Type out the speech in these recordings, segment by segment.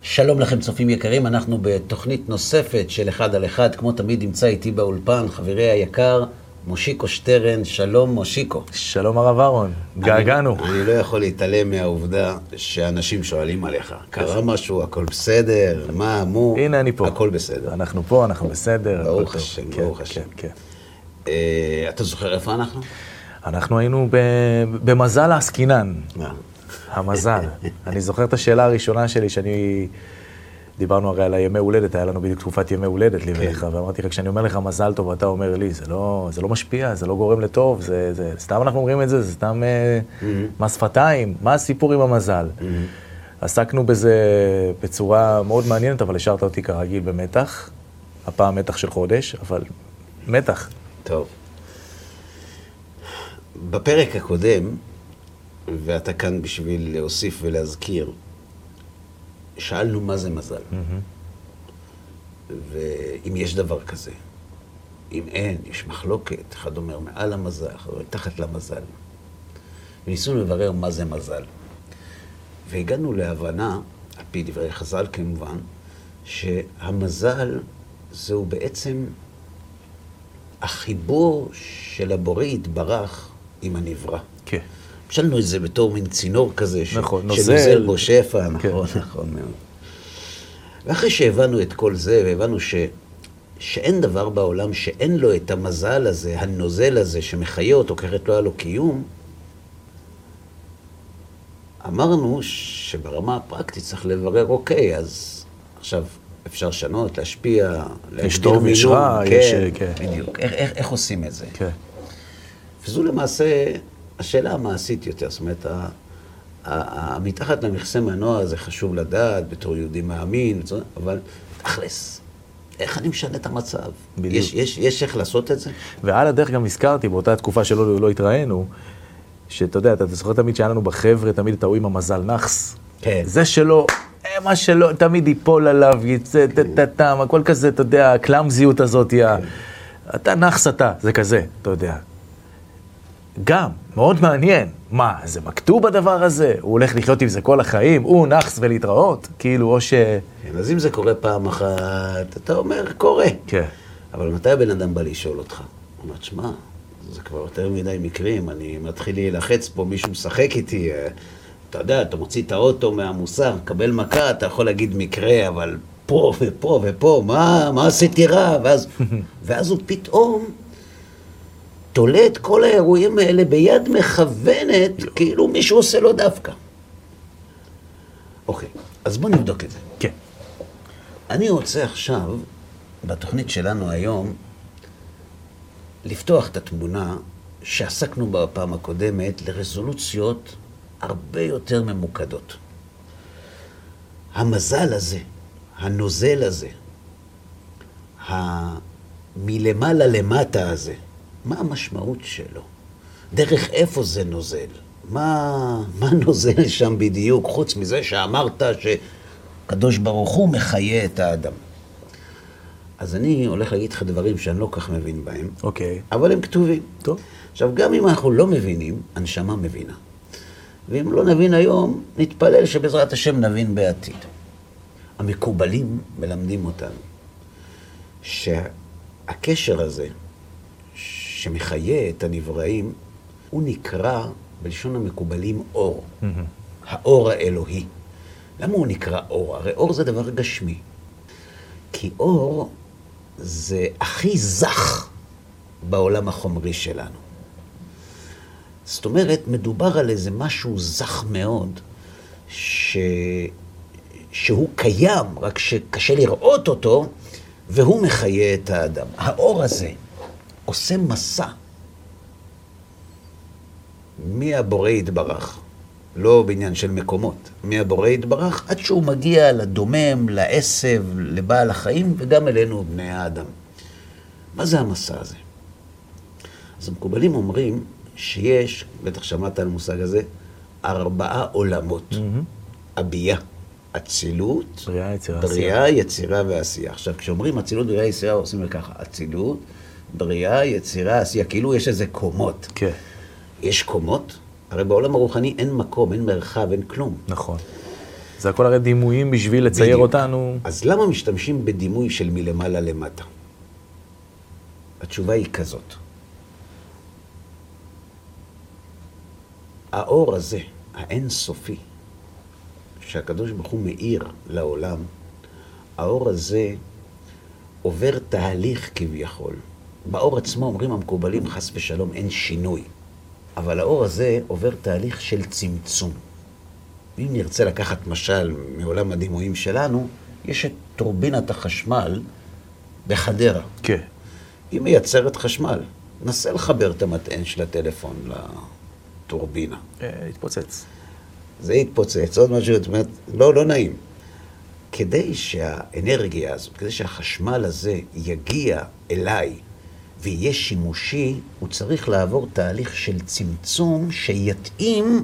שלום לכם צופים יקרים, אנחנו בתוכנית נוספת של אחד על אחד, כמו תמיד נמצא איתי באולפן, חברי היקר, מושיקו שטרן. שלום מושיקו. שלום הרב אהרון, געגענו. אני לא יכול להתעלם מהעובדה שאנשים שואלים עליך, קרה משהו, הכל בסדר, מה, מו, הנה אני פה. הכל בסדר. אנחנו פה, אנחנו בסדר. ברוך השם, ברוך השם. אתה זוכר איפה אנחנו? אנחנו היינו במזל העסקינן. המזל. אני זוכר את השאלה הראשונה שלי, דיברנו הרי על הימי הולדת, היה לנו בדיוק תקופת ימי הולדת לי ולך, ואמרתי לך, כשאני אומר לך מזל טוב, אתה אומר לי, זה לא משפיע, זה לא גורם לטוב, סתם אנחנו אומרים את זה, זה סתם מס שפתיים, מה הסיפור עם המזל? עסקנו בזה בצורה מאוד מעניינת, אבל השארת אותי כרגיל במתח, הפעם מתח של חודש, אבל מתח. טוב. בפרק הקודם, ואתה כאן בשביל להוסיף ולהזכיר, שאלנו מה זה מזל. ואם יש דבר כזה. אם אין, יש מחלוקת, אחד אומר מעל המזל, אחד אומר תחת למזל. וניסינו לברר מה זה מזל. והגענו להבנה, על פי דברי חז"ל כמובן, שהמזל זהו בעצם החיבור של הבורא יתברך עם הנברא. כן. משלנו את זה בתור מין צינור כזה, נכון, שנוזל בו שפע, נכון, נכון מאוד. ואחרי שהבנו את כל זה, והבנו שאין דבר בעולם שאין לו את המזל הזה, הנוזל הזה, שמחיה אותו, כרת לא היה לו קיום, אמרנו שברמה הפרקטית צריך לברר, אוקיי, אז עכשיו אפשר לשנות, להשפיע, יש טוב, יש רע, כן, בדיוק. איך עושים את זה? כן. וזו למעשה השאלה המעשית יותר, זאת אומרת, מתחת למכסה מנוע זה חשוב לדעת, בתור יהודי מאמין, אבל תכלס, איך אני משנה את המצב? בדיוק. יש איך לעשות את זה? ועל הדרך גם הזכרתי, באותה תקופה שלא התראינו, שאתה יודע, אתה זוכר תמיד שהיה לנו בחבר'ה, תמיד אתה רואה עם המזל נחס. כן. זה שלו, מה שלו, תמיד ייפול עליו, יצא, תתם, הכל כזה, אתה יודע, הקלאמזיות הזאת, אתה נחס אתה, זה כזה, אתה יודע. גם, מאוד מעניין, מה, זה מכתוב בדבר הזה? הוא הולך לחיות עם זה כל החיים? הוא נחס ולהתראות? כאילו, או ש... כן, אז אם זה קורה פעם אחת, אתה אומר, קורה. כן. אבל מתי הבן אדם בא לשאול אותך? הוא אומר, שמה, זה כבר יותר מדי מקרים, אני מתחיל להילחץ פה, מישהו משחק איתי, אתה יודע, אתה מוציא את האוטו מהמוסר, קבל מכה, אתה יכול להגיד מקרה, אבל פה ופה ופה, מה עשיתי רע? ואז הוא פתאום תולה את כל האירועים האלה ביד מכוונת, כאילו מישהו עושה לו דווקא. אוקיי, אז בוא נבדוק את זה. כן. אני רוצה עכשיו, בתוכנית שלנו היום, לפתוח את התמונה שעסקנו בפעם הקודמת לרזולוציות הרבה יותר ממוקדות. המזל הזה, הנוזל הזה, מלמעלה למטה הזה, מה המשמעות שלו? דרך איפה זה נוזל? מה נוזל שם בדיוק, חוץ מזה שאמרת שקדוש ברוך הוא מחיה את האדם? אז אני הולך להגיד לך דברים שאני לא כך מבין בהם, אוקיי. אבל הם כתובים. טוב. עכשיו, גם אם אנחנו לא מבינים, הנשמה מבינה. ואם לא נבין היום, נתפלל שבעזרת השם נבין בעתיד. המקובלים מלמדים אותנו שהקשר הזה, שמחיה את הנבראים, הוא נקרא בלשון המקובלים אור. האור האלוהי. למה הוא נקרא אור? הרי אור זה דבר גשמי. כי אור זה הכי זך בעולם החומרי שלנו. זאת אומרת, מדובר על איזה משהו זך מאוד, שהוא קיים, רק שקשה לראות אותו, והוא מחיה את האדם. האור הזה עושה מסע מהבורא יתברך, לא בעניין של מקומות, מהבורא יתברך, עד שהוא מגיע לדומם, לעשב, לבעל החיים, וגם אלינו בני האדם. מה זה המסע הזה? אז המקובלים אומרים שיש, בטח שמעת על המושג הזה, 4 עולמות. הבייה, אצילות, בריאה, יצירה ועשייה. עכשיו, כשאומרים אצילות, בריאה, יצירה, עושים ככה, אצילות, בריאה, יצירה, עשייה, כאילו יש איזה קומות. כן. יש קומות, הרי בעולם הרוחני אין מקום, אין מרחב, אין כלום. נכון. זה הכל הרי דימויים בשביל לצייר בדיוק. אותנו. אז למה משתמשים בדימוי של מלמעלה למטה? התשובה היא כזאת. האור הזה, האינסופי, שהקדוש ברוך הוא מאיר לעולם, האור הזה עובר תהליך כביכול. באור עצמו אומרים המקובלים חס ושלום אין שינוי, אבל האור הזה עובר תהליך של צמצום. אם נרצה לקחת משל מעולם הדימויים שלנו, יש את טורבינת החשמל בחדרה. כן. היא מייצרת חשמל. נסה לחבר את המטען של הטלפון לטורבינה. התפוצץ. זה יתפוצץ, עוד משהו, זאת אומרת, לא נעים. כדי שהאנרגיה הזאת, כדי שהחשמל הזה יגיע אליי ויהיה שימושי, הוא צריך לעבור תהליך של צמצום שיתאים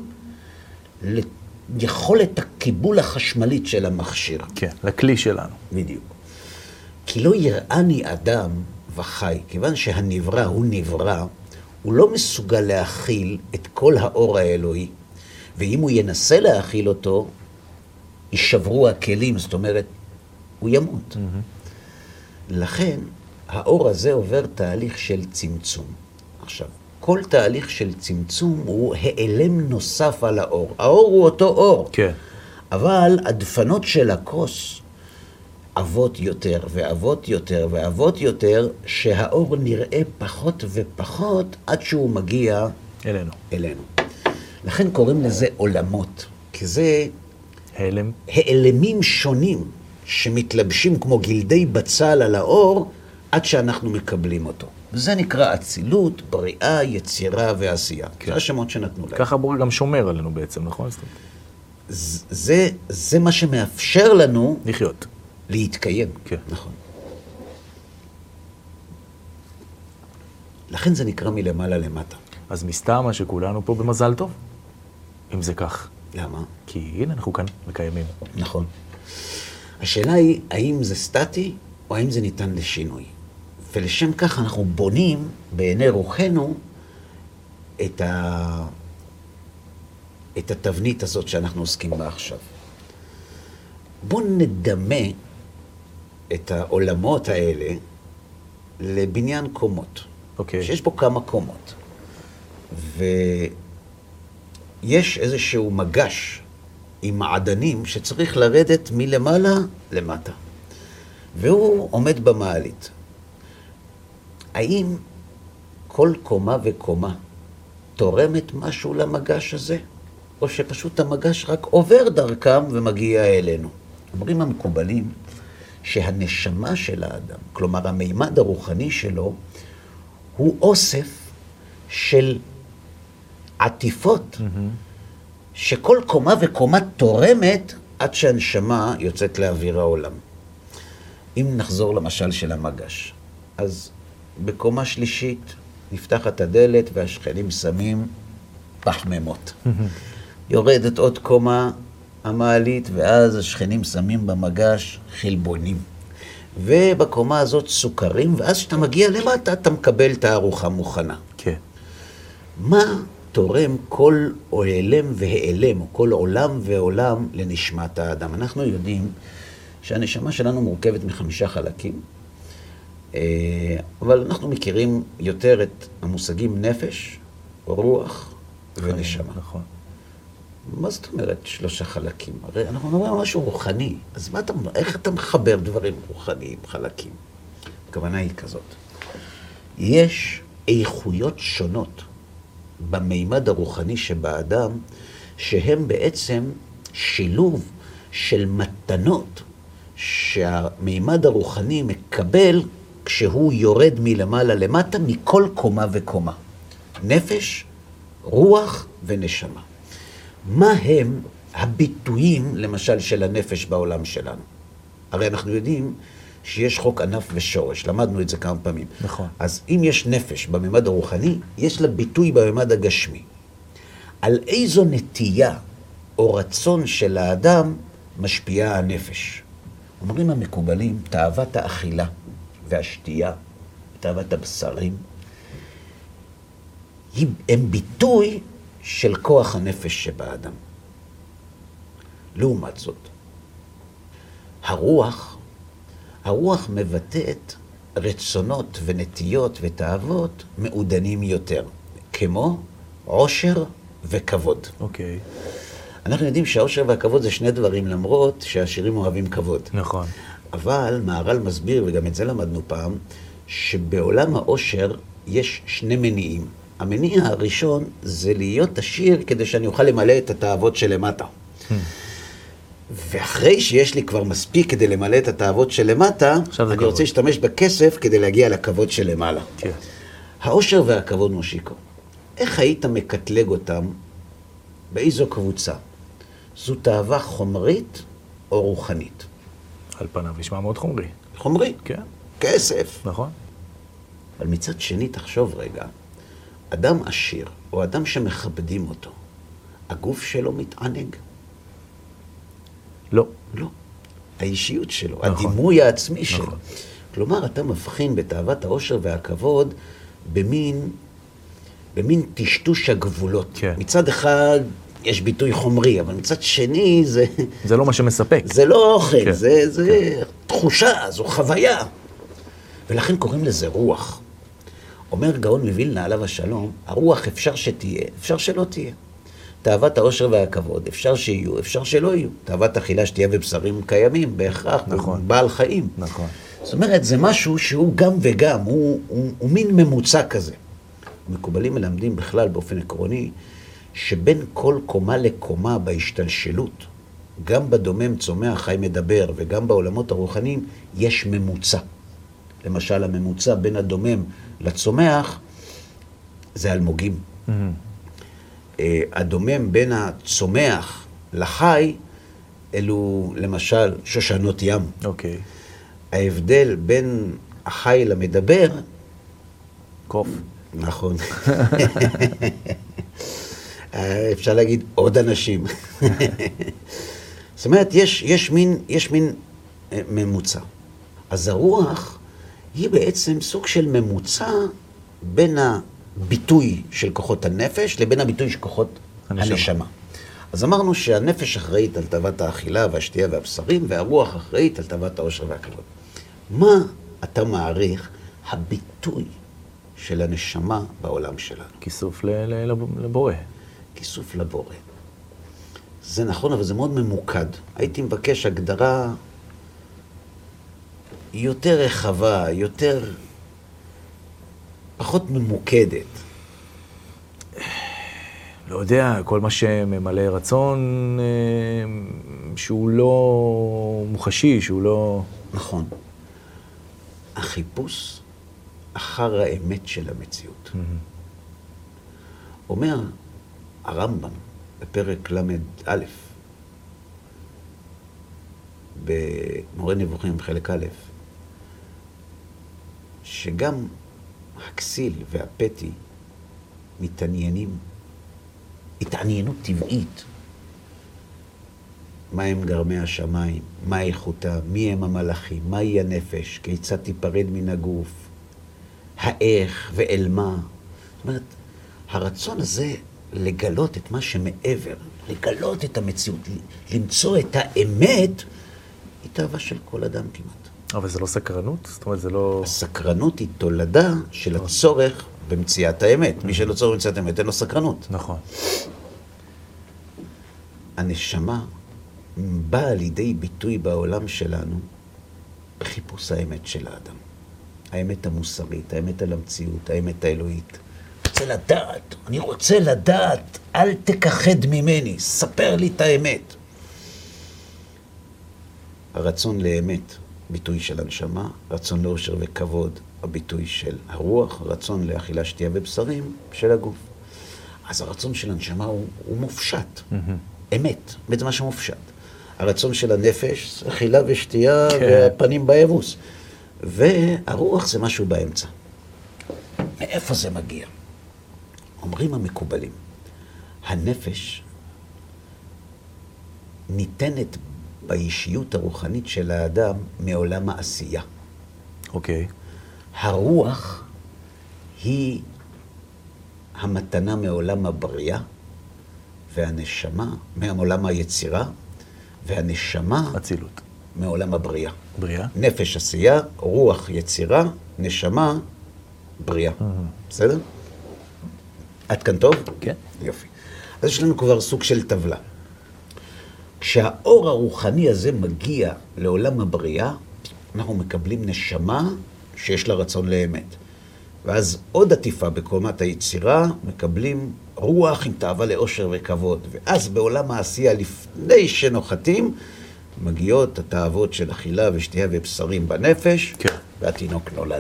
ליכולת הקיבול החשמלית של המכשיר. כן, לכלי שלנו. בדיוק. כי לא יראני אדם וחי, כיוון שהנברא הוא נברא, הוא לא מסוגל להכיל את כל האור האלוהי, ואם הוא ינסה להכיל אותו, יישברו הכלים, זאת אומרת, הוא ימות. לכן, האור הזה עובר תהליך של צמצום. עכשיו, כל תהליך של צמצום הוא העלם נוסף על האור. האור הוא אותו אור. כן. אבל הדפנות של הכוס עבות יותר ועבות יותר ועבות יותר, שהאור נראה פחות ופחות עד שהוא מגיע אלינו. לכן קוראים לזה עולמות, כי זה העלמים שונים שמתלבשים כמו גלדי בצל על האור עד שאנחנו מקבלים אותו. זה נקרא אצילות, בריאה, יצירה ועשייה. כן. זה השמות שנתנו להם. ככה בורא גם שומר עלינו בעצם, נכון? זה מה שמאפשר לנו לחיות. להתקיים. כן. נכון. לכן זה נקרא מלמעלה למטה. אז מסתמה שכולנו פה במזל טוב, אם זה כך. למה? כי הנה אנחנו כאן מקיימים. נכון. השאלה היא, האם זה סטטי או האם זה ניתן לשינוי? ולשם כך אנחנו בונים בעיני רוחנו את התבנית הזאת שאנחנו עוסקים בה עכשיו. בואו נדמה את העולמות האלה לבניין קומות. אוקיי. שיש בו כמה קומות. ויש איזשהו מגש עם מעדנים שצריך לרדת מלמעלה למטה. והוא עומד במעלית. האם כל קומה וקומה תורמת משהו למגש הזה? או שפשוט המגש רק עובר דרכם ומגיע אלינו? אומרים המקובלים שהנשמה של האדם, כלומר המימד הרוחני שלו, הוא אוסף של עטיפות, שכל קומה וקומה תורמת עד שהנשמה יוצאת לאוויר העולם. אם נחזור למשל של המגש, אז בקומה שלישית נפתחת הדלת והשכנים שמים פחמימות. יורדת עוד קומה המעלית, ואז השכנים שמים במגש חלבונים. ובקומה הזאת סוכרים, ואז כשאתה מגיע למטה, אתה מקבל את הארוחה מוכנה. כן. מה תורם כל עולם והעלם, או כל עולם ועולם לנשמת האדם? אנחנו יודעים שהנשמה שלנו מורכבת מ5 חלקים, אבל אנחנו מכירים יותר את המושגים נפש, רוח ונשמה. נכון. מה זאת אומרת 3 חלקים? הרי אנחנו מדברים על משהו רוחני, אז איך אתה מחבר דברים רוחניים, חלקים? הכוונה היא כזאת. יש איכויות שונות במימד הרוחני שבאדם, שהם בעצם שילוב של מתנות שהמימד הרוחני מקבל כשהוא יורד מלמעלה למטה מכל קומה וקומה. נפש, רוח ונשמה. מה הם הביטויים, למשל, של הנפש בעולם שלנו? הרי אנחנו יודעים שיש חוק ענף ושורש, למדנו את זה כמה פעמים. נכון. אז אם יש נפש בממד הרוחני, יש לה ביטוי בממד הגשמי. על איזו נטייה או רצון של האדם משפיעה הנפש? אומרים המקובלים, תאוות האכילה והשתייה, תאוות הבשרים, הם ביטוי של כוח הנפש שבאדם. לעומת זאת, הרוח מבטאת רצונות ונטיות ותאוות מעודנים יותר, כמו עושר וכבוד. אוקיי. אנחנו יודעים שהעושר והכבוד זה שני דברים, למרות שהעשירים אוהבים כבוד. נכון. אבל מהר"ל מסביר, וגם את זה למדנו פעם, שבעולם העושר יש שני מניעים. המניע הראשון זה להיות עשיר כדי שאני אוכל למלא את התאוות שלמטה. ואחרי שיש לי כבר מספיק כדי למלא את התאוות שלמטה, אני רוצה להשתמש בכסף כדי להגיע לכבוד שלמעלה. כן. העושר והכבוד, מושיקו, איך היית מקטלג אותם? באיזו קבוצה? זו תאווה חומרית או רוחנית? על פניו נשמע מאוד חומרי. חומרי? כן. כסף. נכון. אבל מצד שני, תחשוב רגע, אדם עשיר, או אדם שמכבדים אותו, הגוף שלו מתענג? לא. לא. האישיות שלו, נכון. הדימוי העצמי שלו. נכון. כלומר, אתה מבחין בתאוות העושר והכבוד במין טשטוש הגבולות. כן. מצד אחד יש ביטוי חומרי, אבל מצד שני זה... זה לא מה שמספק. זה לא אוכל, כן. זה תחושה, זו חוויה. ולכן קוראים לזה רוח. אומר גאון מווילנה עליו השלום, הרוח אפשר שתהיה, אפשר שלא תהיה. תאוות העושר והכבוד, אפשר שיהיו, אפשר שלא יהיו. תאוות אכילה, שתייה ובשרים קיימים, בהכרח, נכון. בעל חיים. נכון. זאת אומרת, זה משהו שהוא גם וגם, הוא מין ממוצע כזה. מקובלים מלמדים בכלל באופן עקרוני, שבין כל קומה לקומה בהשתלשלות, גם בדומם צומח חי מדבר, וגם בעולמות הרוחניים, יש ממוצע. למשל, הממוצע בין הדומם לצומח, זה אלמוגים. הדומם בין הצומח לחי, אלו למשל שושנות ים. אוקיי. ההבדל בין החי למדבר, קוף. נכון. אפשר להגיד עוד אנשים. זאת אומרת, יש מין ממוצע. אז הרוח היא בעצם סוג של ממוצע בין הביטוי של כוחות הנפש לבין הביטוי של כוחות הנשמה. אז אמרנו שהנפש אחראית על תאוות האכילה והשתייה והבשרים, והרוח אחראית על תאוות העושר והכבוד. מה אתה מעריך הביטוי של הנשמה בעולם שלנו? כיסוף לבורא. כיסוף לבורא. זה נכון, אבל זה מאוד ממוקד. הייתי מבקש הגדרה יותר רחבה, פחות ממוקדת. לא יודע, כל מה שממלא רצון שהוא לא מוחשי, שהוא לא... נכון. החיפוש אחר האמת של המציאות. אומר הרמב"ם בפרק ל"א, במורה נבוכים חלק א', שגם הכסיל והפתי מתעניינים, התעניינות טבעית, מה הם גרמי השמיים, מה איכותה, מי הם המלאכים, מהי הנפש, כיצד תיפרד מן הגוף, האיך ואל מה. זאת אומרת, הרצון הזה לגלות את מה שמעבר, לגלות את המציאות, למצוא את האמת, היא תאווה של כל אדם כמעט. אבל זה לא סקרנות? זאת אומרת, זה לא... הסקרנות היא תולדה של הצורך במציאת האמת. מי שלא צורך במציאת האמת, אין לו סקרנות. נכון. הנשמה באה לידי ביטוי בעולם שלנו בחיפוש האמת של האדם. האמת המוסרית, האמת על המציאות, האמת האלוהית. אני רוצה לדעת, אל תכחד ממני, ספר לי את האמת. הרצון לאמת, ביטוי של הנשמה, רצון לאושר וכבוד, הביטוי של הרוח, רצון לאכילה, שתייה ובשרים של הגוף. אז הרצון של הנשמה הוא מופשט, אמת, בעצם מה שמופשט. הרצון של הנפש, אכילה ושתייה והפנים באבוס. והרוח זה משהו באמצע. מאיפה זה מגיע? אומרים המקובלים, הנפש ניתנת באישיות הרוחנית של האדם מעולם העשייה. אוקיי. הרוח היא המתנה מעולם הבריאה, והנשמה, מעולם היצירה, והנשמה... אצילות. מעולם הבריאה. בריאה? נפש עשייה, רוח יצירה, נשמה, בריאה. בסדר? עד כאן טוב? כן. יופי. אז יש לנו כבר סוג של טבלה. כשהאור הרוחני הזה מגיע לעולם הבריאה, אנחנו מקבלים נשמה שיש לה רצון לאמת. ואז עוד עטיפה בקומת היצירה, מקבלים רוח עם תאווה לאושר וכבוד. ואז בעולם העשייה, לפני שנוחתים, מגיעות התאוות של אכילה ושתייה ובשרים בנפש, כן. והתינוק נולד.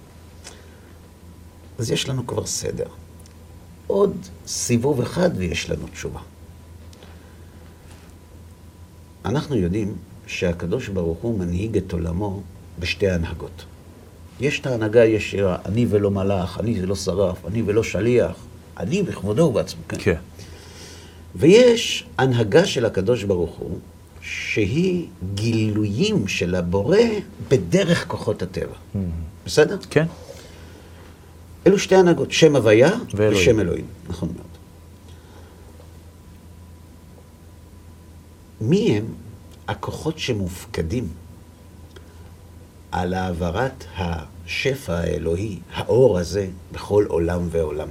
אז יש לנו כבר סדר. עוד סיבוב אחד ויש לנו תשובה. אנחנו יודעים שהקדוש ברוך הוא מנהיג את עולמו בשתי הנהגות. יש את ההנהגה הישירה, אני ולא מלאך, אני ולא שרף, אני ולא שליח, אני בכבודו ובעצמו. כן. כן. ויש הנהגה של הקדוש ברוך הוא, שהיא גילויים של הבורא בדרך כוחות הטבע. בסדר? כן. אלו שתי הנהגות, שם הוויה ואלוהים. ושם אלוהים. נכון מאוד. מי הם הכוחות שמופקדים על העברת השפע האלוהי, האור הזה, בכל עולם ועולם?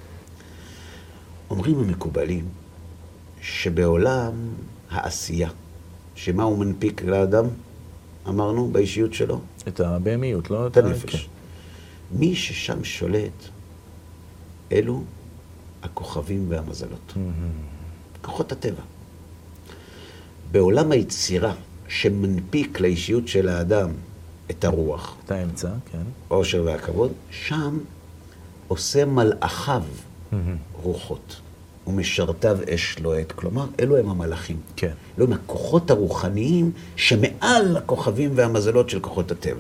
אומרים המקובלים שבעולם העשייה, שמה הוא מנפיק לאדם, אמרנו, באישיות שלו? את הבהמיות, לא? את הנפש. מי ששם שולט, אלו הכוכבים והמזלות. כוחות הטבע. בעולם היצירה שמנפיק לאישיות של האדם את הרוח, את האמצע, כן. העושר והכבוד, שם עושה מלאכיו רוחות, ומשרתיו אש לוהט. כלומר, אלו הם המלאכים. כן. אלו הם הכוחות הרוחניים שמעל הכוכבים והמזלות של כוחות הטבע.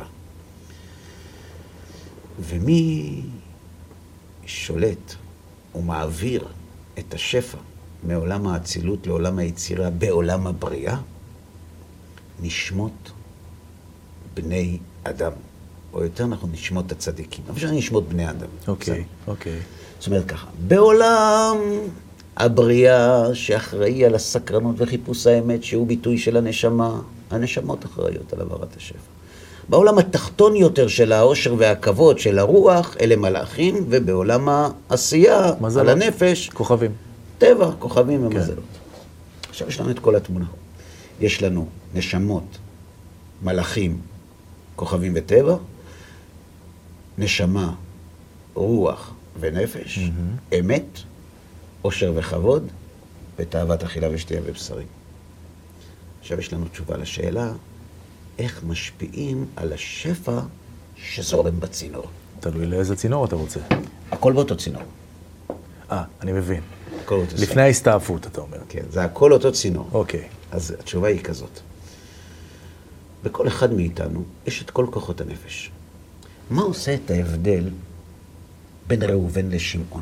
ומי שולט ומעביר את השפע מעולם האצילות לעולם היצירה בעולם הבריאה? נשמות בני אדם, או יותר נכון נשמות הצדיקים, אבל שאני נשמות בני אדם. אוקיי, אוקיי. זאת אומרת ככה, בעולם הבריאה שאחראי על הסקרנות וחיפוש האמת, שהוא ביטוי של הנשמה, הנשמות אחראיות על העברת השפע. בעולם התחתון יותר של העושר והכבוד של הרוח, אלה מלאכים, ובעולם העשייה, מזלות. על הנפש, כוכבים. טבע, כוכבים כן. ומזלות. עכשיו יש לנו את כל התמונה. יש לנו נשמות, מלאכים, כוכבים וטבע, נשמה, רוח ונפש, אמת, עושר וכבוד, ותאוות אכילה ושתייה ובשרים. עכשיו יש לנו תשובה לשאלה, איך משפיעים על השפע שזורם בצינור. תלוי לאיזה צינור אתה רוצה. הכל באותו צינור. אני מבין. הכל באותו צינור. לפני ההסתעפות, אתה אומר. כן, זה הכל אותו צינור. אוקיי. אז התשובה היא כזאת. בכל אחד מאיתנו יש את כל כוחות הנפש. מה עושה את ההבדל בין ראובן לשמעון?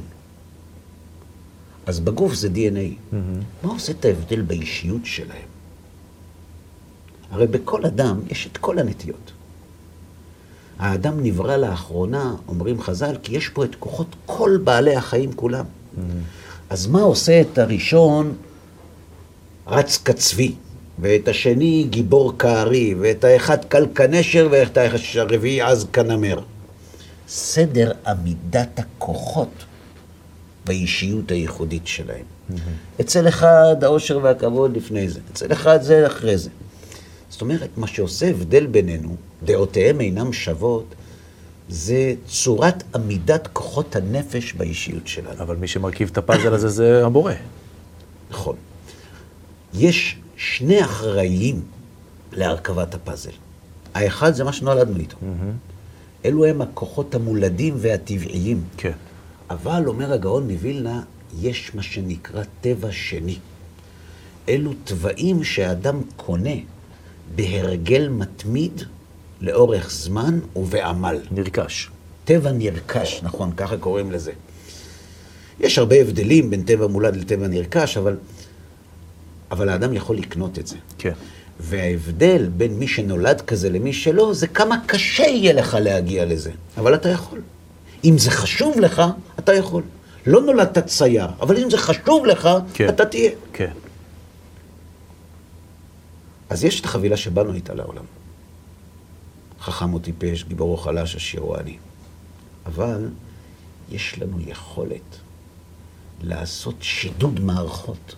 אז בגוף זה DNA. מה עושה את ההבדל באישיות שלהם? הרי בכל אדם יש את כל הנטיות. האדם נברא לאחרונה, אומרים חז"ל, כי יש פה את כוחות כל בעלי החיים כולם. אז מה עושה את הראשון רץ כצבי, ואת השני גיבור כארי, ואת האחד קל כנשר, ואת הרביעי עז כנמר? סדר עמידת הכוחות באישיות הייחודית שלהם. אצל אחד העושר והכבוד לפני זה, אצל אחד זה אחרי זה. זאת אומרת, מה שעושה הבדל בינינו, דעותיהם אינם שוות, זה צורת עמידת כוחות הנפש באישיות שלנו. אבל מי שמרכיב את הפאזל הזה זה הבורא. נכון. יש שני אחראיים להרכבת הפאזל. האחד זה מה שנולדנו איתו. אלו הם הכוחות המולדים והטבעיים. כן. אבל, אומר הגאון מווילנה, יש מה שנקרא טבע שני. אלו טבעים שהאדם קונה בהרגל מתמיד לאורך זמן ובעמל. נרכש. טבע נרכש, נכון, ככה קוראים לזה. יש הרבה הבדלים בין טבע מולד לטבע נרכש, אבל האדם יכול לקנות את זה. כן. וההבדל בין מי שנולד כזה למי שלא, זה כמה קשה יהיה לך להגיע לזה. אבל אתה יכול. אם זה חשוב לך, אתה יכול. לא נולדת צייר, אבל אם זה חשוב לך, כן. אתה תהיה. כן. אז יש את החבילה שבאנו איתה לעולם. חכם או טיפש, גיבור או חלש, עשיר או עני. אבל יש לנו יכולת לעשות שידוד מערכות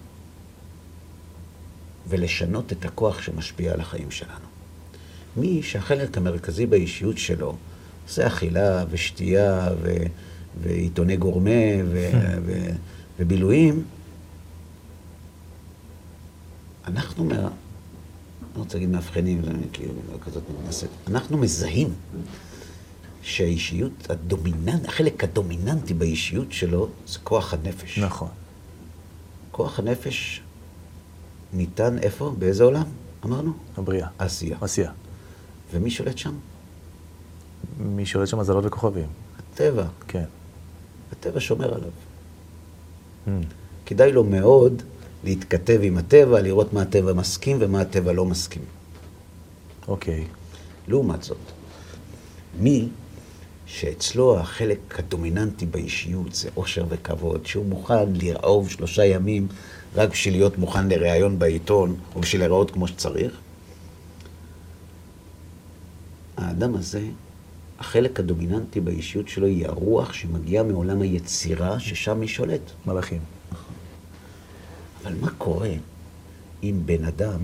ולשנות את הכוח שמשפיע על החיים שלנו. מי שהחלק המרכזי באישיות שלו עושה אכילה ושתייה ועיתוני גורמה ובילויים, אנחנו אני רוצה להגיד מאבחנים, כאילו, כזאת מתנסת. אנחנו מזהים שהאישיות החלק הדומיננטי באישיות שלו זה כוח הנפש. נכון. כוח הנפש ניתן איפה? באיזה עולם? אמרנו? הבריאה. עשייה. ומי שולט שם? מי שולט שם מזלות וכוכבים. הטבע. כן. הטבע שומר עליו. כדאי לו מאוד להתכתב עם הטבע, לראות מה הטבע מסכים ומה הטבע לא מסכים. אוקיי. לעומת זאת, מי שאצלו החלק הדומיננטי באישיות זה אושר וכבוד, שהוא מוכן לרעוב 3 ימים רק בשביל להיות מוכן לראיון בעיתון, או בשביל לראות כמו שצריך, האדם הזה, החלק הדומיננטי באישיות שלו היא הרוח שמגיעה מעולם היצירה, ששם היא שולט. מלאכים. אבל מה קורה אם בן אדם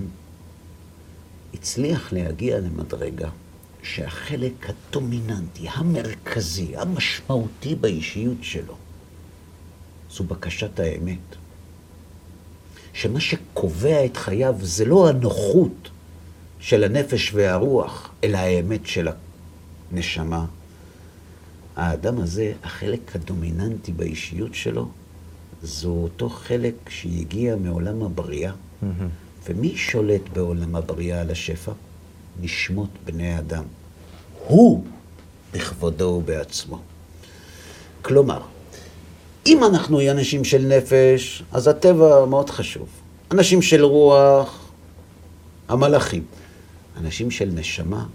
הצליח להגיע למדרגה שהחלק הדומיננטי, המרכזי, המשמעותי באישיות שלו, זו בקשת האמת. שמה שקובע את חייו זה לא הנוחות של הנפש והרוח, אלא האמת של הנשמה. האדם הזה, החלק הדומיננטי באישיות שלו, זו אותו חלק שהגיע מעולם הבריאה. ומי שולט בעולם הבריאה על השפע? נשמות בני אדם. הוא בכבודו ובעצמו. כלומר, אם אנחנו אנשים של נפש, אז הטבע מאוד חשוב. אנשים של רוח, המלאכים. אנשים של נשמה,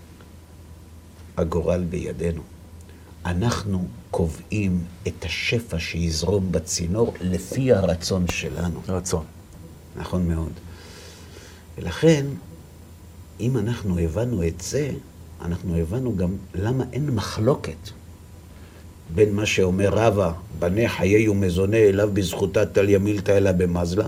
הגורל בידינו. אנחנו קובעים את השפע שיזרום בצינור לפי הרצון שלנו. רצון. נכון מאוד. ולכן, אם אנחנו הבנו את זה, אנחנו הבנו גם למה אין מחלוקת בין מה שאומר רבא, בני חיי ומזונה אליו בזכותה תליא מילתא אלא במזלה,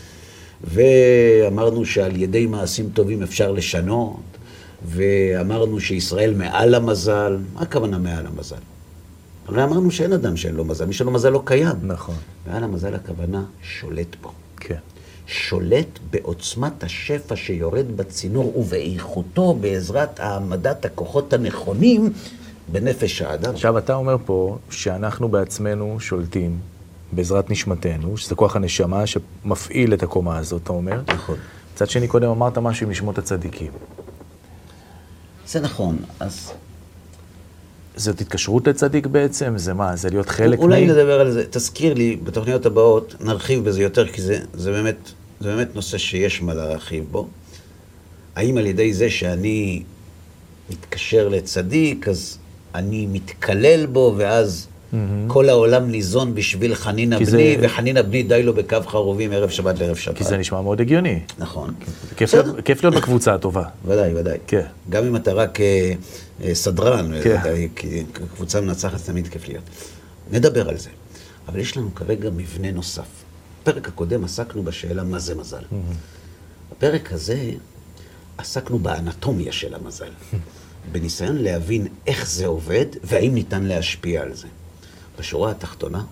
ואמרנו שעל ידי מעשים טובים אפשר לשנות, ואמרנו שישראל מעל המזל. מה הכוונה מעל המזל? הרי אמרנו שאין אדם שאין לו מזל, מי שלא מזל לא קיים. נכון. מעל המזל הכוונה שולט בו. כן. שולט בעוצמת השפע שיורד בצינור ובאיכותו בעזרת העמדת הכוחות הנכונים בנפש האדם. עכשיו אתה אומר פה שאנחנו בעצמנו שולטים בעזרת נשמתנו, שזה כוח הנשמה שמפעיל את הקומה הזאת, אתה אומר. נכון. מצד שני, קודם אמרת משהו עם נשמות הצדיקים. זה נכון, אז... זאת התקשרות לצדיק בעצם? זה מה? זה להיות חלק אולי נדבר על זה. תזכיר לי, בתוכניות הבאות נרחיב בזה יותר, כי זה באמת נושא שיש מה להרחיב בו. האם על ידי זה שאני מתקשר לצדיק, אז אני מתקלל בו, ואז כל העולם ניזון בשביל חנינה בני, וחנינה בני די לו בקו חרובים ערב שבת לערב שבת. כי זה נשמע מאוד הגיוני. נכון. כיף להיות בקבוצה הטובה. ודאי. כן. גם אם אתה רק סדרן, כי קבוצה מנצחת תמיד כיף להיות. נדבר על זה. אבל יש לנו כרגע מבנה נוסף. בפרק הקודם עסקנו בשאלה מה זה מזל. בפרק הזה עסקנו באנטומיה של המזל. בניסיון להבין איך זה עובד והאם ניתן להשפיע על זה. בשורה התחתונה,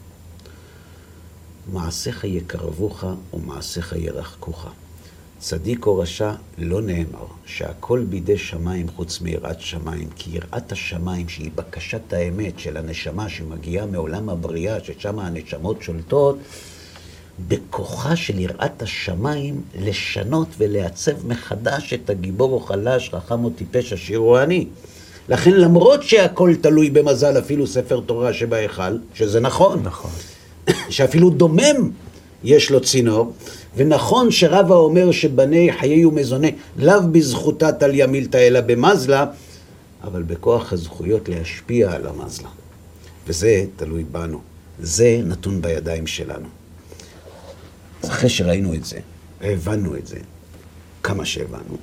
מעשיך יקרבוך ומעשיך ירחקוך. צדיק או רשע לא נאמר שהכל בידי שמיים חוץ מיראת שמיים, כי יראת השמיים שהיא בקשת האמת של הנשמה שמגיעה מעולם הבריאה, ששם הנשמות שולטות, בכוחה של יראת השמיים לשנות ולעצב מחדש את הגיבור או חלש, חכם או טיפש, עשיר או עני. לכן למרות שהכל תלוי במזל, אפילו ספר תורה שבהיכל, שזה נכון, שאפילו דומם יש לו צינור, ונכון שרבא אומר שבני חיי ומזונה לאו בזכותה תליא מילתא אלא במזלה, אבל בכוח הזכויות להשפיע על המזלה. וזה תלוי בנו. זה נתון בידיים שלנו. אחרי שראינו את זה, הבנו את זה, כמה שהבנו.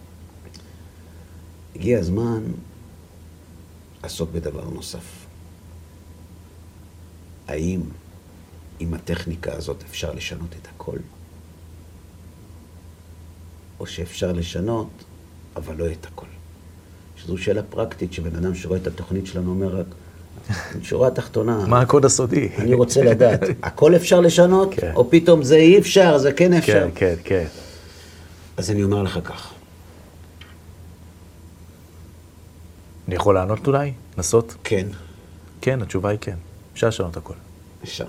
הגיע הזמן לעסוק בדבר נוסף. האם עם הטכניקה הזאת אפשר לשנות את הכל? או שאפשר לשנות, אבל לא את הכל? שזו שאלה פרקטית, שבן אדם שרואה את התוכנית שלנו אומר רק, שורה התחתונה. מה הקוד הסודי? אני רוצה לדעת, הכל אפשר לשנות, כן. או פתאום זה אי אפשר, זה כן אפשר? כן, כן, כן. אז אני אומר לך כך. אני יכול לענות אולי? נסות? כן. כן, התשובה היא כן. אפשר לשנות הכל. אפשר.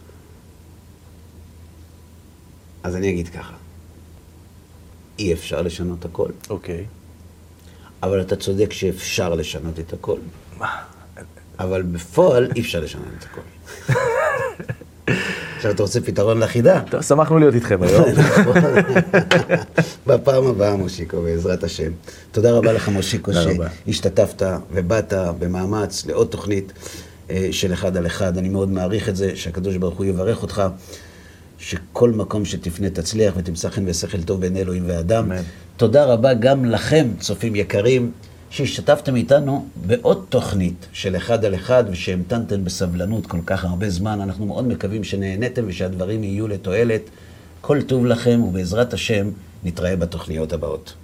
אז אני אגיד ככה. אי אפשר לשנות הכל, אוקיי. אבל אתה צודק שאפשר לשנות את הכל. מה? אבל בפועל אי אפשר לשנות את הכל. עכשיו אתה רוצה פתרון לחידה? טוב, שמחנו להיות איתכם היום. בפעם הבאה, מושיקו, בעזרת השם. תודה רבה לך, מושיקו, שהשתתפת ובאת במאמץ לעוד תוכנית של אחד על אחד. אני מאוד מעריך את זה, שהקדוש ברוך הוא יברך אותך, שכל מקום שתפנה תצליח ותמצא חן ושכל טוב בין אלוהים ואדם. תודה רבה גם לכם, צופים יקרים, שהשתתפתם איתנו בעוד תוכנית של אחד על אחד, ושהמתנתם בסבלנות כל כך הרבה זמן. אנחנו מאוד מקווים שנהנתם ושהדברים יהיו לתועלת. כל טוב לכם, ובעזרת השם נתראה בתוכניות הבאות.